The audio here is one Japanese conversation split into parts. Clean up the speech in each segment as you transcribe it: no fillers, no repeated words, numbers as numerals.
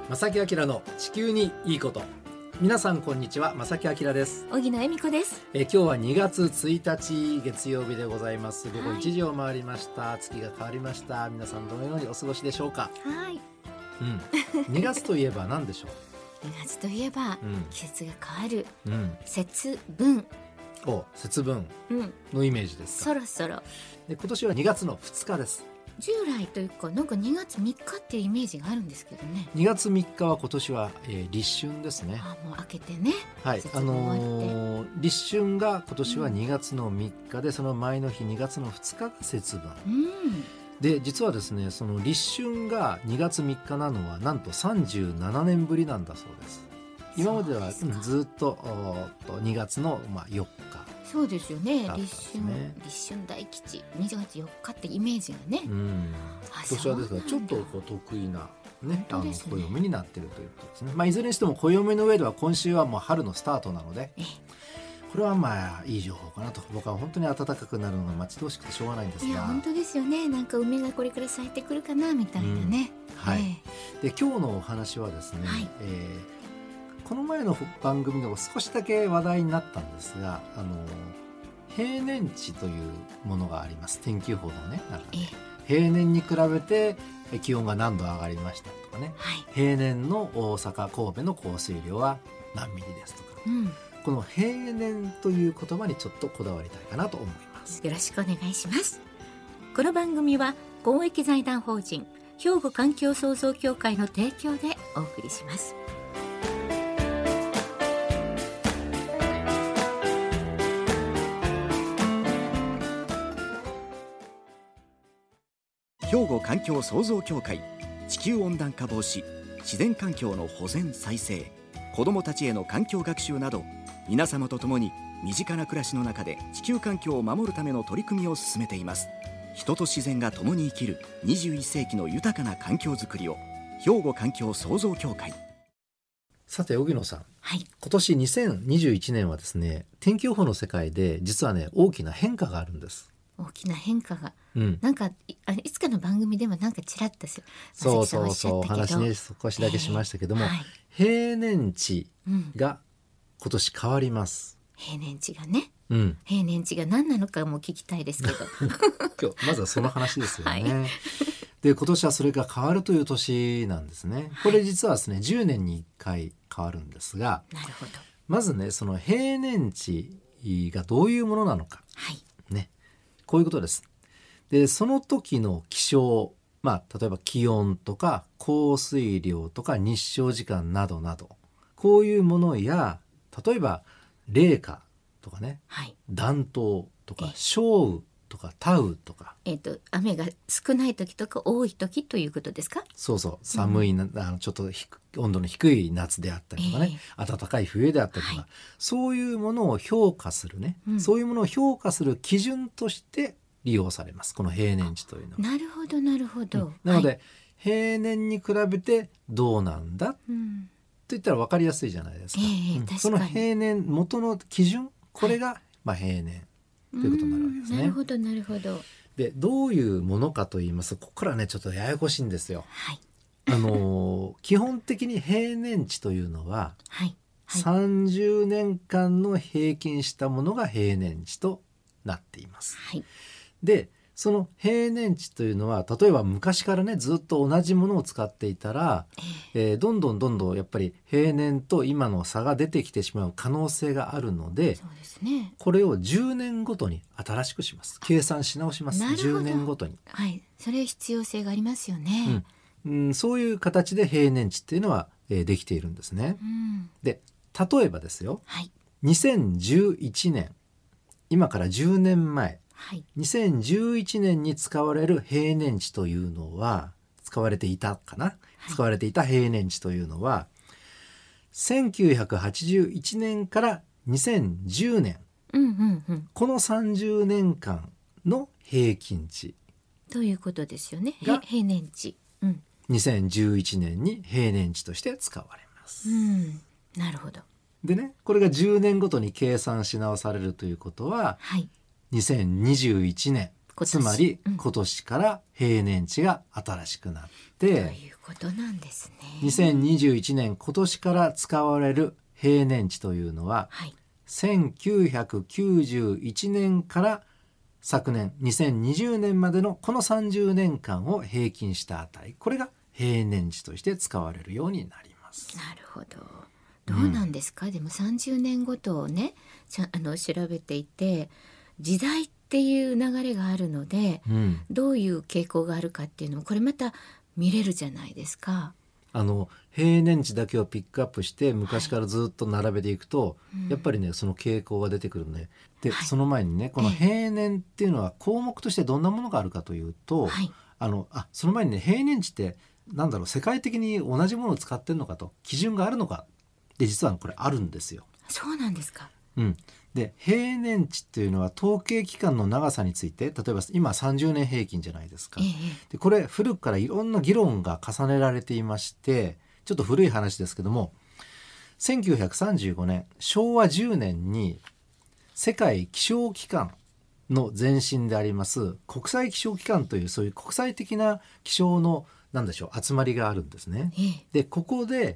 正木明の地球にいいこと。皆さんこんにちは、正木明です。 小木野恵美子です。 今日は2月1日月曜日でございます。午後1時を回りました、月が変わりました。皆さんどのようにお過ごしでしょうか。 はい、 2月といえば何でしょう。 2月といえば、季節が変わる、節分のイメージですか。 そろそろで、今年は2月の2日です。 従来というか、なんか2月3日っていうイメージがあるんですけどね。 2月3日は今年は、立春ですね。 もう明けてね。 はい、立春が今年は2月の3日で、その前の日2月の2日が節分、で、実はですね、その立春が2月3日なのはなんと37年ぶりなんだそうです。今まではずっと2月の4日。 そうですよね。立春大吉2月4日ってイメージがね。今年はですからちょっと得意な暦になっているということですね。いずれにしても暦の上では今週はもう春のスタートなので、これはいい情報かなと。僕は本当に暖かくなるのが待ち遠しくてしょうがないんですが。 いや本当ですよね。なんか梅がこれから咲いてくるかなみたいなね。 で、今日のお話はですね、この前の番組でも少しだけ話題になったんですが、平年値というものがあります。天気予報のね、平年に比べて気温が何度上がりましたとかね、平年の大阪神戸の降水量は何ミリですとか、この平年という言葉にちょっとこだわりたいかなと思います。 よろしくお願いします。この番組は公益財団法人兵庫環境創造協会の提供でお送りします。 兵庫環境創造協会、地球温暖化防止、自然環境の保全再生、子どもたちへの環境学習など、皆様と共に身近な暮らしの中で地球環境を守るための取り組みを進めています。人と自然が共に生きる21世紀の豊かな環境づくりを、兵庫環境創造協会。 さて荻野さん、今年2021年はですね、天気予報の世界で実はね、大きな変化があるんです。 大きな変化が、なんかいつかの番組でもなんかちらっとお話ね、少しだけしましたけども、平年値が今年変わります。 平年値がね、平年値が何なのかも聞きたいですけど今日まずはその話ですよね。で、今年はそれが変わるという年なんですね。これ実はですね、10年に1回変わるんですが、 なるほど。 まずね、その平年値がどういうものなのか、こういうことです。で、その時の気象、例えば気温とか降水量とか日照時間などなど、こういうものや、例えば冷夏とかね、暖冬とか少雨とか多雨とか、 雨が少ない時とか多い時ということですか。 寒いちょっと温度の低い夏であったりとかね、暖かい冬であったりとか、そういうものを評価するね、そういうものを評価する基準として利用されます、この平年値というのは。 なるほどなるほど。 なので、平年に比べてどうなんだ、と言ったら分かりやすいじゃないですか。その平年元の基準、これが平年ということになるわけですね。 なるほどなるほど。 で、どういうものかと言いますと、ここからねちょっとややこしいんですよ。基本的に平年値というのは、30年間の平均したものが平年値となっています。で、その平年値というのは、例えば昔からねずっと同じものを使っていたら、どんどんやっぱり平年と今の差が出てきてしまう可能性があるので、これを10年ごとに新しくします。計算し直します。10年ごとに。 それ必要性がありますよね。 そういう形で平年値っていうのは、できているんですね。で、例えばですよ、2011年、今から10年前、2011年に使われる平年値というのは、使われていた平年値というのは、1981年から2010年、この30年間の平均値ということですよね。平年値、 2011年に平年値として使われます。 なるほど。 でね、これが10年ごとに計算し直されるということは、2021年つまり今年から平年値が新しくなって、 ということなんですね。 2021年今年から使われる平年値というのは、1991年から昨年2020年までのこの30年間を平均した値、これが平年値として使われるようになります。 なるほど。どうなんですか、でも30年ごとをね調べていて、時代っていう流れがあるので、どういう傾向があるかっていうのもこれまた見れるじゃないですか。 平年値だけをピックアップして昔からずっと並べていくと、やっぱりねその傾向が出てくるので、その前にねこの平年っていうのは項目としてどんなものがあるかというと、その前にね平年値って世界的に同じものを使ってるのかと、基準があるのかで、実はこれあるんですよ。 そうなんですか。 で平年値っていうのは統計期間の長さについて、例えば今30年平均じゃないですか、でこれ古くからいろんな議論が重ねられていまして、ちょっと古い話ですけども、1935年昭和10年に世界気象機関の前身であります国際気象機関という、そういう国際的な気象の集まりがあるんですね。でここで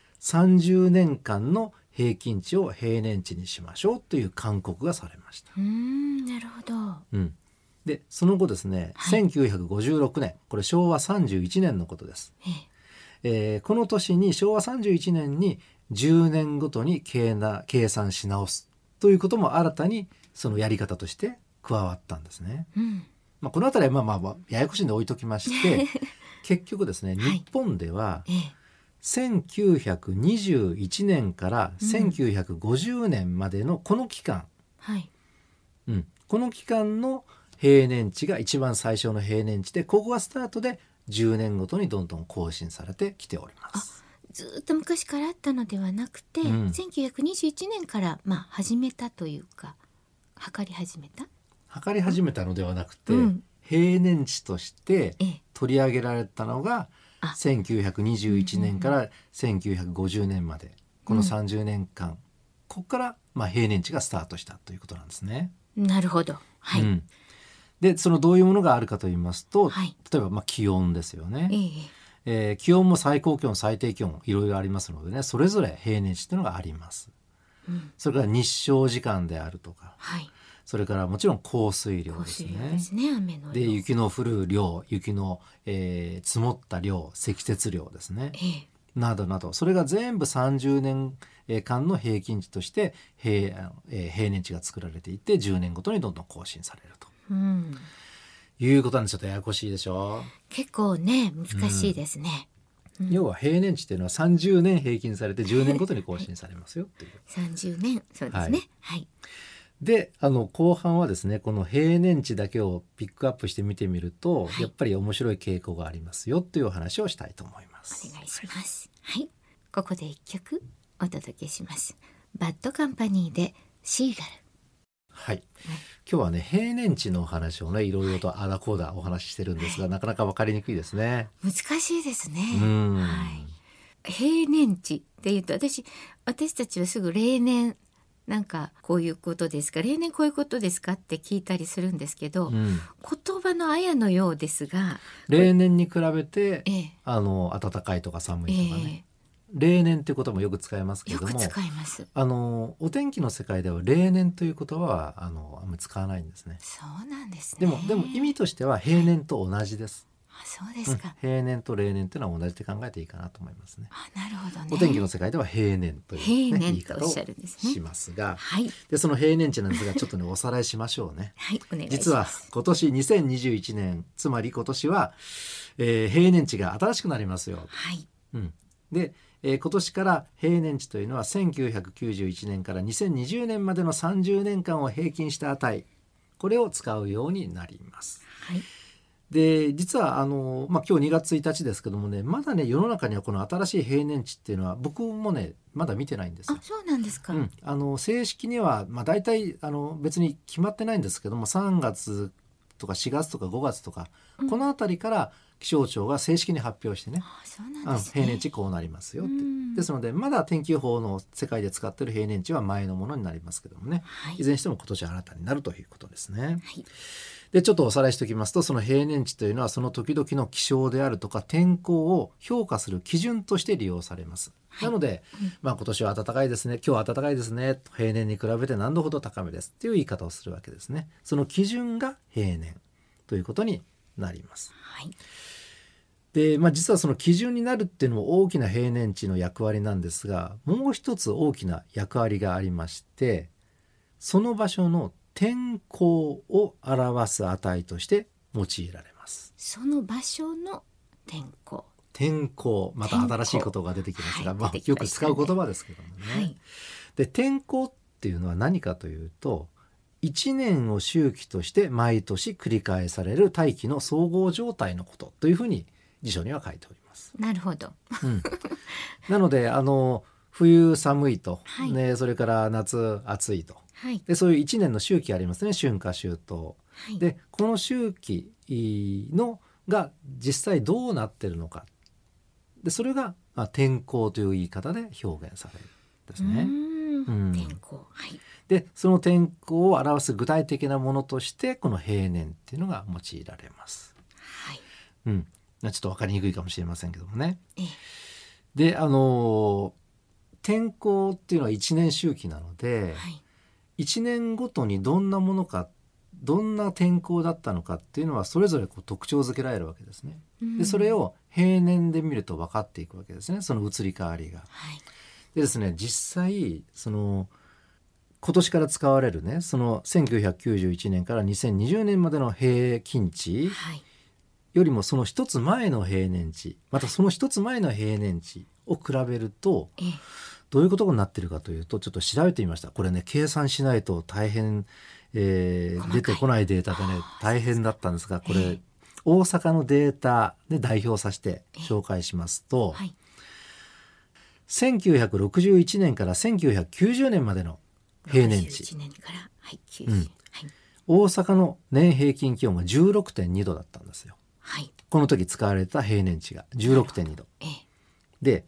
30年間の平均値を平年値にしましょうという勧告がされました。 なるほど。 でその後ですね、1956年、これ昭和31年のことです。この年に昭和31年に10年ごとに計算し直すということも新たにそのやり方として加わったんですね。このあたりはややこしいんで置いときまして結局ですね、日本では、1921年から1950年までのこの期間、この期間の平年値が一番最初の平年値で、ここがスタートで10年ごとにどんどん更新されてきております。 ずっと昔からあったのではなくて、1921年から始めたというか、測り始めたのではなくて、平年値として取り上げられたのが1921年から1950年まで、この30年間、ここから平年値がスタートしたということなんですね。 なるほど。 でそのどういうものがあるかと言いますと、例えば気温ですよね。気温も最高気温最低気温いろいろありますのでね、それぞれ平年値というのがあります。それから日照時間であるとか、それからもちろん降水量ですね。 雨の量で雪の降る量、雪の、積もった量、積雪量ですね、などなど、それが全部30年間の平均値として平年値が作られていて、10年ごとにどんどん更新されると、いうことなんで、ちょっとややこしいでしょ。 結構ね難しいですね。 要は平年値っていうのは30年平均されて10年ごとに更新されますよっていう 30年、そうですね。 で後半はですね、この平年値だけをピックアップして見てみると、やっぱり面白い傾向がありますよというお話をしたいと思います。 お願いします。ここで一曲お届けします。バッドカンパニーでシーガル。今日はね平年値のお話をねいろいろとあだこうだお話ししてるんですが、なかなか分かりにくいですね。 難しいですね。平年値っていうと、私たちはすぐ例年こういうことですか、例年こういうことですかって聞いたりするんですけど、言葉のあやのようですが、 例年に比べて、暖かいとか寒いとかね、例年という言葉もよく使いますけれども、 よく使います。 お天気の世界では例年という言葉はあんまり使わないんですね。 そうなんですね。 でも意味としては平年と同じです。 そうですか。 平年と例年というのは同じで考えていいかなと思いますね。 なるほどね。 お天気の世界では平年という、言い方をしますが、でその平年値なんですが、ちょっとねおさらいしましょうね。 お願いします。 実は今年2021年、つまり今年は、平年値が新しくなりますよ。で、今年から平年値というのは1991年から2020年までの30年間を平均した値、これを使うようになります。で実は今日2月1日ですけどもね、まだね世の中にはこの新しい平年値っていうのは僕もねまだ見てないんですよ。 そうなんですか。 正式には大体別に決まってないんですけども、3月とか4月とか5月とか、このあたりから気象庁が正式に発表してね、平年値こうなりますよって。ですのでまだ天気予報の世界で使っている平年値は前のものになりますけどもね、いずれにしても今年新たになるということですね。 でちょっとおさらいしておきますと、その平年値というのはその時々の気象であるとか天候を評価する基準として利用されます。なので、今年は暖かいですね、今日は暖かいですね、平年に比べて何度ほど高めですっていう言い方をするわけですね。その基準が平年ということになります。で、実はその基準になるっていうのも大きな平年値の役割なんですが、もう一つ大きな役割がありまして、その場所の天候を表す値として用いられます。 その場所の天候、 また新しいことが出てきますが、よく使う言葉ですけどもね。で、天候っていうのは何かというと、1年を周期として毎年繰り返される大気の総合状態のことというふうに辞書には書いております。 なるほど。 なので冬寒いと、それから夏暑いと、でそういう1年の周期ありますね、春夏秋冬、でこの周期のが実際どうなってるのか、でそれが、天候という言い方で表現されるんですね。 天候、 でその天候を表す具体的なものとしてこの平年っていうのが用いられます。ちょっと分かりにくいかもしれませんけどもね。で天候っていうのは1年周期なので、1年ごとにどんなものか、どんな天候だったのかっていうのはそれぞれ特徴づけられるわけですね。でそれを平年で見ると分かっていくわけですね、その移り変わりが。でですね、実際今年から使われるね、その1991年から2020年までの平均値よりもその一つ前の平年値、またその一つ前の平年値を比べるとどういうことになっているかというと、ちょっと調べてみました。これね、計算しないと大変、出てこないデータでね大変だったんですが、これ、大阪のデータで代表させて紹介しますと、1961年から1990年までの平年値、大阪の年平均気温が 16.2 度だったんですよ。この時使われた平年値が 16.2 度、で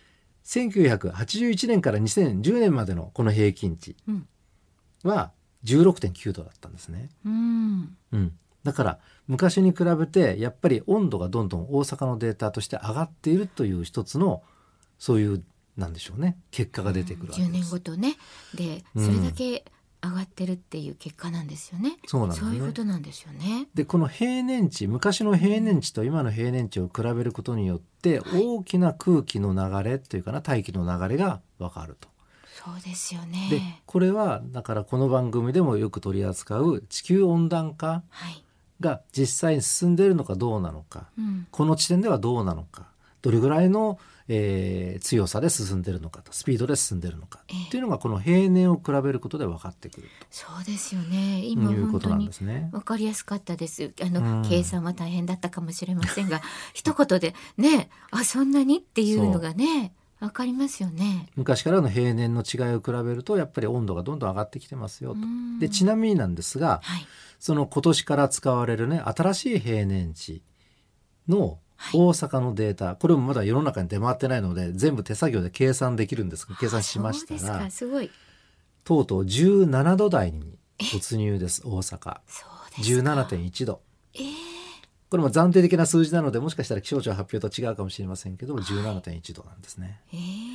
1981年から2010年までのこの平均値は 16.9 度だったんですね。だから昔に比べてやっぱり温度がどんどん大阪のデータとして上がっているという一つのそういうなんでしょうね、結果が出てくるわけです。 10年ごとね、でそれだけ上がってるっていう結果なんですよね。そういうことなんですよね。 でこの平年値、昔の平年値と今の平年値を比べることによって大きな空気の流れというかな、大気の流れが分かると。 そうですよね。 でこれはだからこの番組でもよく取り扱う地球温暖化が実際に進んでいるのかどうなのか、この地点ではどうなのか、どれぐらいの強さで進んでいるのかと、スピードで進んでいるのかっていうのがこの平年を比べることで分かってくると。 そうですよね。今本当に分かりやすかったです。計算は大変だったかもしれませんが一言でね、そんなにっていうのがね分かりますよね。 昔からの平年の違いを比べるとやっぱり温度がどんどん上がってきてますよと。でちなみになんですが、その今年から使われるね新しい平年値の大阪のデータ、これもまだ世の中に出回ってないので全部手作業で計算できるんですが、計算しましたらすごい、 とうとう17度台に突入です。大阪 17.1 度、これも暫定的な数字なのでもしかしたら気象庁発表と違うかもしれませんけども、17.1 度なんですね。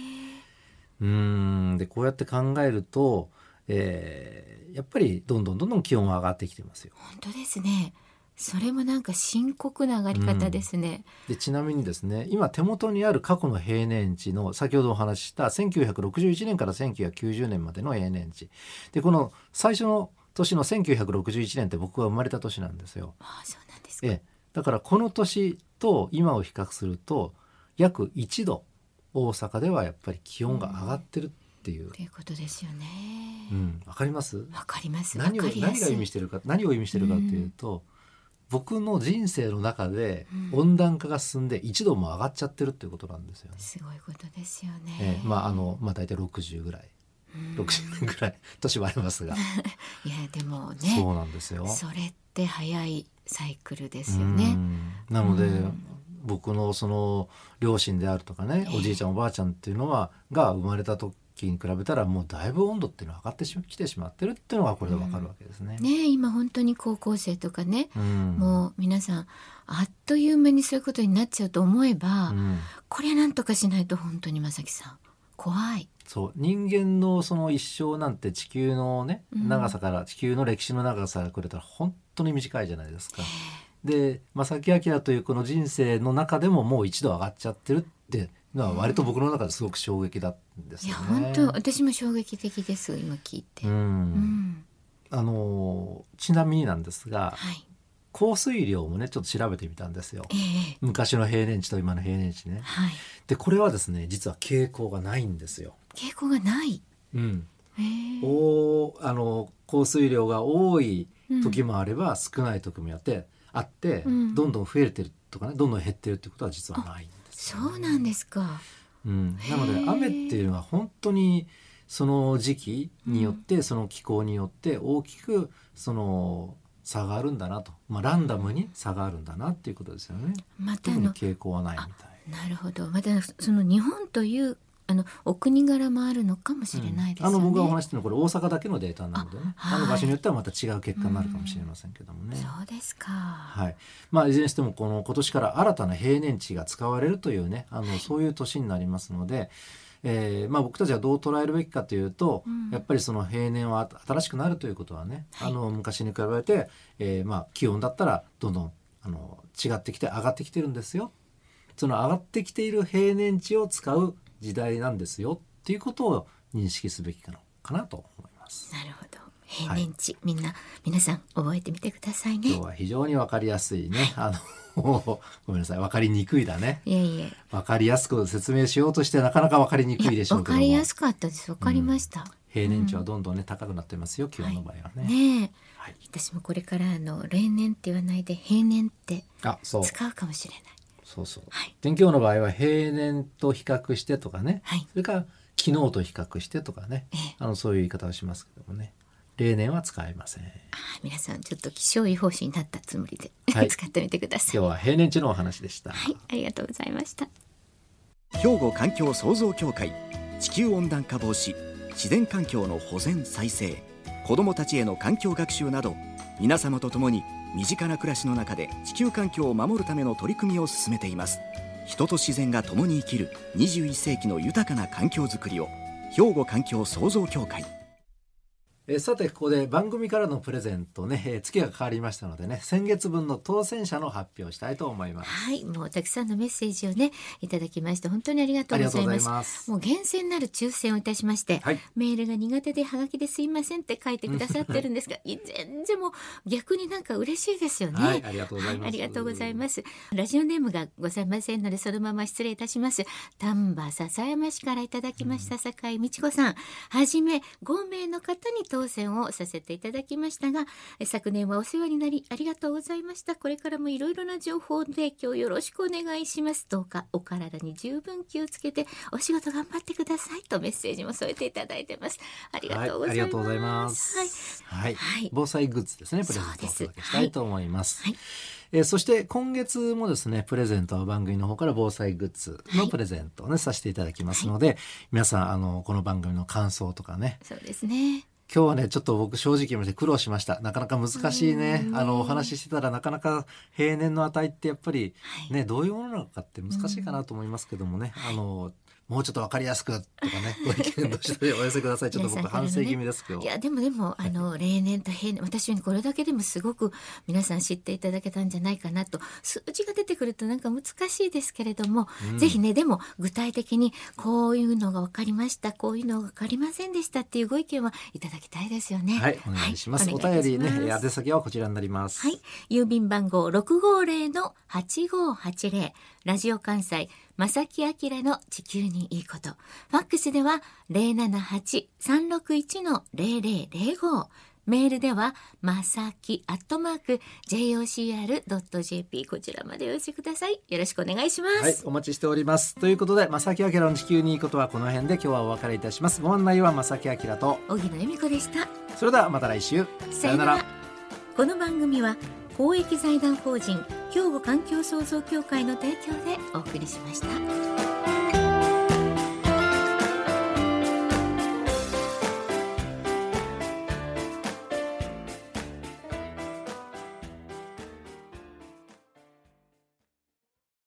でこうやって考えると、やっぱりどんどん気温は上がってきてますよ。 本当ですね。それもなんか深刻な上がり方ですね。 でちなみにですね、今手元にある過去の平年値の先ほどお話しした1961年から1990年までの平年値で、この最初の年の1961年って僕が生まれた年なんですよ。 そうなんですか。 だからこの年と今を比較すると約1度大阪ではやっぱり気温が上がってるっていう、 っていうことですよね。 わかります？ わかります。 何を意味してるかっていうと、僕の人生の中で温暖化が進んで1度も上がっちゃってるっていうことなんですよね。 すごいことですよね。 大体60ぐらい、60年ぐらい年はありますがいやでもね、 そうなんですよ。 それって早いサイクルですよね。 なので僕のその両親であるとかね、おじいちゃんおばあちゃんっていうのはが生まれた時期に比べたらもうだいぶ温度っていうのは上がってきてしまってるっていうのがこれでわかるわけですね。 今本当に高校生とかね、もう皆さんあっという間にそういうことになっちゃうと思えば、これなんとかしないと本当に正木さん怖い。 そう人間のその一生なんて地球のね長さから、地球の歴史の長さから比べたら本当に短いじゃないですか。で正木明というこの人生の中でももう一度上がっちゃってるっていうのは割と僕の中ですごく衝撃だったんですよね。 いや本当私も衝撃的です今聞いて。 ちなみになんですが、降水量もねちょっと調べてみたんですよ、昔の平年値と今の平年値ね、でこれはですね実は傾向がないんですよ。 傾向がない、 降水量が多い時もあれば、少ない時もあって、どんどん増えてるとかねどんどん減ってるってことは実はないんですよね。 そうなんですか。 なので雨っていうのは本当にその時期によって、その気候によって大きくその差があるんだなと、ランダムに差があるんだなっていうことですよね。特に傾向はないみたい。 なるほど。またその日本というお国柄もあるのかもしれないですよね。 僕がお話してるのはこれ大阪だけのデータなのでね、場所によってはまた違う結果になるかもしれませんけどもね。 そうですか。 いずれにしても今年から新たな平年値が使われるというねそういう年になりますので、僕たちはどう捉えるべきかというと、やっぱりその平年は新しくなるということはね、昔に比べて、気温だったらどんどん違ってきて上がってきてるんですよ。その上がってきている平年値を使う時代なんですよっていうことを認識すべきかなと思います。 なるほど。平年値、皆さん覚えてみてくださいね。 今日は非常に分かりやすいねごめんなさい分かりにくいだね。分かりやすく説明しようとしてなかなか分かりにくいでしょうけども、 分かりやすかったです。分かりました、 平年値はどんどんね高くなってますよ気温の場合はね。 私もこれから例年って言わないで平年って使うかもしれない。 そう、天気予報の場合は平年と比較してとかね、それから昨日と比較してとかね、そういう言い方をしますけどもね、例年は使えません。 皆さんちょっと気象予報士になったつもりで、使ってみてください。 今日は平年値のお話でした。 ありがとうございました。 兵庫環境創造協会、地球温暖化防止、自然環境の保全再生、子どもたちへの環境学習など、皆様と共に身近な暮らしの中で地球環境を守るための取り組みを進めています。人と自然が共に生きる21世紀の豊かな環境づくりを、兵庫環境創造協会。 さてここで番組からのプレゼントね、月が変わりましたのでね、先月分の当選者の発表したいと思います。 もうたくさんのメッセージをねいただきまして本当にありがとうございます。もう厳選なる抽選をいたしまして、メールが苦手でハガキですいませんって書いてくださってるんですが全然もう逆になんか嬉しいですよね。 ありがとうございます。 ありがとうございます。ラジオネームがございませんのでそのまま失礼いたします。丹波篠山市からいただきました、酒井美智子さんはじめ5名の方に当選をさせていただきましたが、昨年はお世話になりありがとうございました。これからもいろいろな情報提供よろしくお願いします。どうかお体に十分気をつけてお仕事頑張ってくださいとメッセージも添えていただいてます。ありがとうございます。ありがとうございます。 防災グッズですね、プレゼントをお届けしたいと思います。そして今月もですねプレゼントは番組の方から防災グッズのプレゼントをね、させていただきますので、皆さんこの番組の感想とかね。 そうですね。 今日はねちょっと僕正直言いまして苦労しました。なかなか難しいね。お話ししてたらなかなか平年の値ってやっぱりね、どういうものなのかって難しいかなと思いますけどもね、もうちょっと分かりやすくとかねご意見としてお寄せください。ちょっと僕反省気味ですけど、 いやでも例年と平年、私にこれだけでもすごく皆さん知っていただけたんじゃないかなと。数字が出てくるとなんか難しいですけれども、ぜひねでも具体的にこういうのが分かりました、こういうのが分かりませんでしたっていうご意見はいただきたいですよね。 お願いします。お便りね宛先はこちらになります。 郵便番号 650-8580 ラジオ関西正木明の地球にいいこと。ファックスでは 078-361-0005。メールではまさき@jocr.jp こちらまでお寄せください。よろしくお願いします。 お待ちしております。ということでまさき明の地球にいいことはこの辺で今日はお別れいたします。ご案内はまさき明と荻野恵美子でした。 それではまた来週、さよなら。 この番組は公益財団法人兵庫環境創造協会の提供でお送りしました。